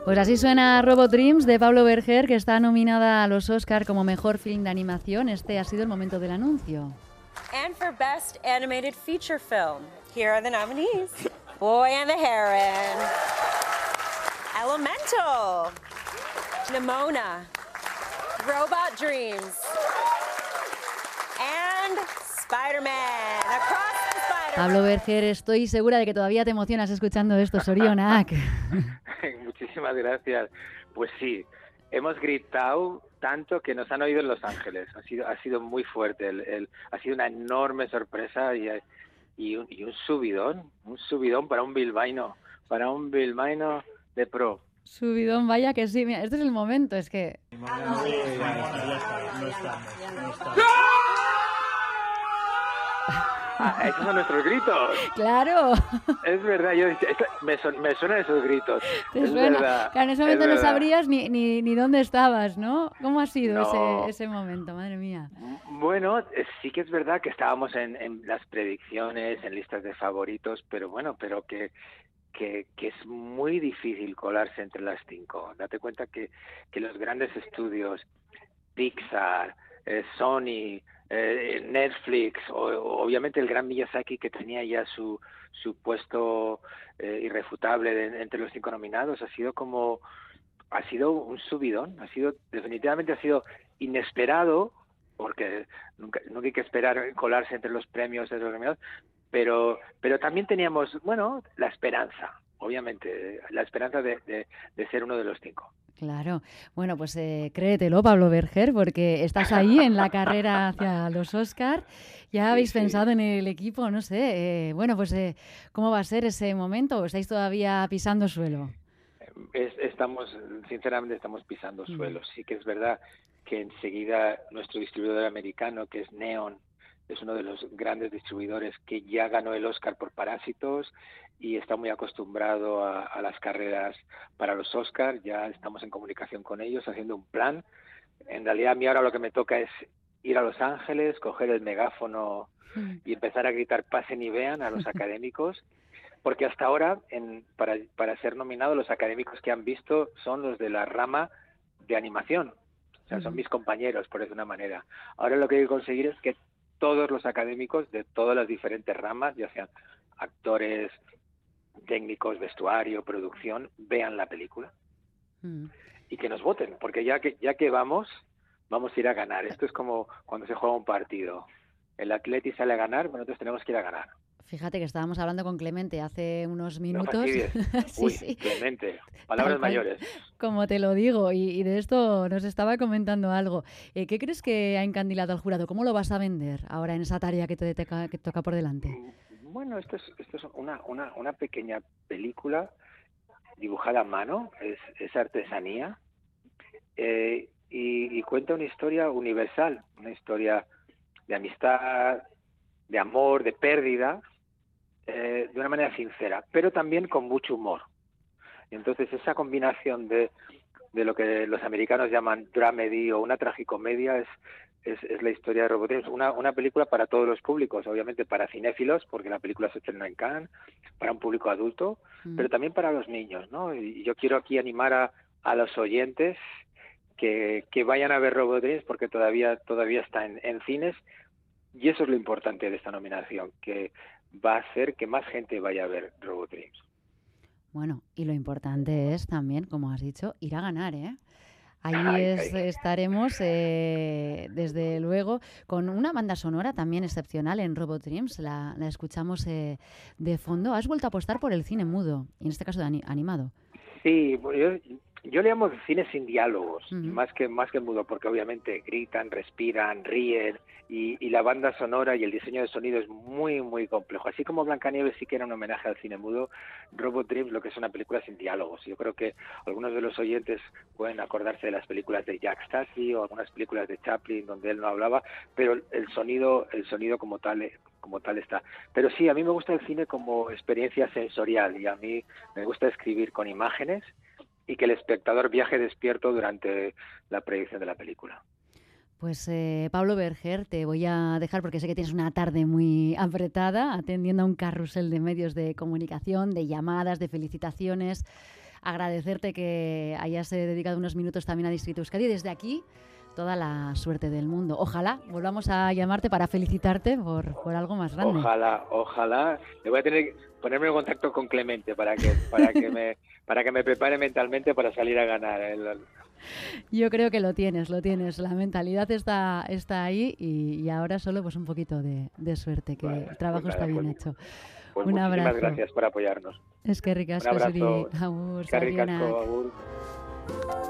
Pues así suena Robot Dreams de Pablo Berger, que está nominada a los Oscar como Mejor Film de Animación. Este ha sido el momento del anuncio. And for Best Animated Feature Film, here are the nominees. Boy and the Heron, Elemental, Nimona, Robot Dreams, and Spider-Man, Across the Spider-Verse. Pablo Berger, estoy segura de que todavía te emocionas escuchando esto, Sorionak. Muchísimas gracias. Pues sí, hemos gritado tanto que nos han oído en Los Ángeles. Ha sido muy fuerte. Ha sido una enorme sorpresa y un subidón para un bilbaíno de pro. Subidón, vaya que sí. Mira, este es el momento, es que... Esos son nuestros gritos. ¡Claro! Es verdad, me suenan esos gritos. ¿Te es suena? Verdad, claro, en ese momento no sabrías ni dónde estabas, ¿no? ¿Cómo ha sido ese momento? Madre mía. Bueno, sí que es verdad que estábamos en las predicciones, en listas de favoritos, pero que es muy difícil colarse entre las 5. Date cuenta que los grandes estudios, Pixar, Sony, Netflix, obviamente el gran Miyazaki, que tenía ya su puesto irrefutable entre los 5 nominados, ha sido un subidón, definitivamente ha sido inesperado, porque nunca hay que esperar colarse entre los premios de los nominados, pero también teníamos, la esperanza, obviamente, la esperanza de ser uno de los 5. Claro. Bueno, pues créetelo, Pablo Berger, porque estás ahí en la carrera hacia los Oscar. ¿Ya habéis pensado en el equipo? No sé. ¿Cómo va a ser ese momento? ¿O estáis todavía pisando suelo? Sinceramente estamos pisando suelo. Sí que es verdad que enseguida nuestro distribuidor americano, que es Neon, es uno de los grandes distribuidores que ya ganó el Oscar por Parásitos y está muy acostumbrado a las carreras para los Oscars. Ya estamos en comunicación con ellos, haciendo un plan. En realidad a mí ahora lo que me toca es ir a Los Ángeles, coger el megáfono y empezar a gritar pasen y vean a los académicos, porque hasta ahora para ser nominado los académicos que han visto son los de la rama de animación. O sea, son mis compañeros, por decir una manera. Ahora lo que hay que conseguir es que todos los académicos de todas las diferentes ramas, ya sean actores, técnicos, vestuario, producción, vean la película y que nos voten, porque ya que vamos a ir a ganar. Esto es como cuando se juega un partido. El Atleti sale a ganar, nosotros tenemos que ir a ganar. Fíjate que estábamos hablando con Clemente hace unos minutos. Sí. Clemente, palabras mayores. Como te lo digo, y de esto nos estaba comentando algo. ¿Qué crees que ha encandilado al jurado? ¿Cómo lo vas a vender ahora en esa tarea que te toca por delante? Bueno, esto es una pequeña película dibujada a mano, es artesanía, y cuenta una historia universal, una historia de amistad, de amor, de pérdida, de una manera sincera, pero también con mucho humor. Y entonces esa combinación de lo que los americanos llaman dramedy o una tragicomedia es la historia de Robot Dreams. Una película para todos los públicos, obviamente para cinéfilos, porque la película se estrenó en Cannes, para un público adulto, pero también para los niños, ¿no? Y yo quiero aquí animar a los oyentes que vayan a ver Robot Dreams, porque todavía está en cines, y eso es lo importante de esta nominación, que va a hacer que más gente vaya a ver Robot Dreams. Bueno, y lo importante es también, como has dicho, ir a ganar, ¿eh? Ahí estaremos, desde luego, con una banda sonora también excepcional en Robot Dreams. La escuchamos de fondo. Has vuelto a apostar por el cine mudo, y en este caso animado. Sí, yo le llamo cine sin diálogos, más que mudo, porque obviamente gritan, respiran, ríen, y la banda sonora y el diseño de sonido es muy, muy complejo. Así como Blancanieves sí que era un homenaje al cine mudo, Robot Dreams lo que es una película sin diálogos. Yo creo que algunos de los oyentes pueden acordarse de las películas de Jack Stacey o algunas películas de Chaplin donde él no hablaba, pero el sonido como tal está. Pero sí, a mí me gusta el cine como experiencia sensorial, y a mí me gusta escribir con imágenes y que el espectador viaje despierto durante la proyección de la película. Pues Pablo Berger, te voy a dejar porque sé que tienes una tarde muy apretada atendiendo a un carrusel de medios de comunicación, de llamadas, de felicitaciones. agradecerte que hayas dedicado unos minutos también a Distrito Euskadi. Desde aquí, toda la suerte del mundo. Ojalá volvamos a llamarte para felicitarte por algo más grande. Ojalá. Le voy a tener que ponerme en contacto con Clemente para que me prepare mentalmente para salir a ganar. Yo creo que lo tienes. La mentalidad está ahí y ahora solo pues un poquito de suerte, que el trabajo está bien hecho. Un abrazo. Muchísimas gracias por apoyarnos. Eskerrik asko zuri. Agur.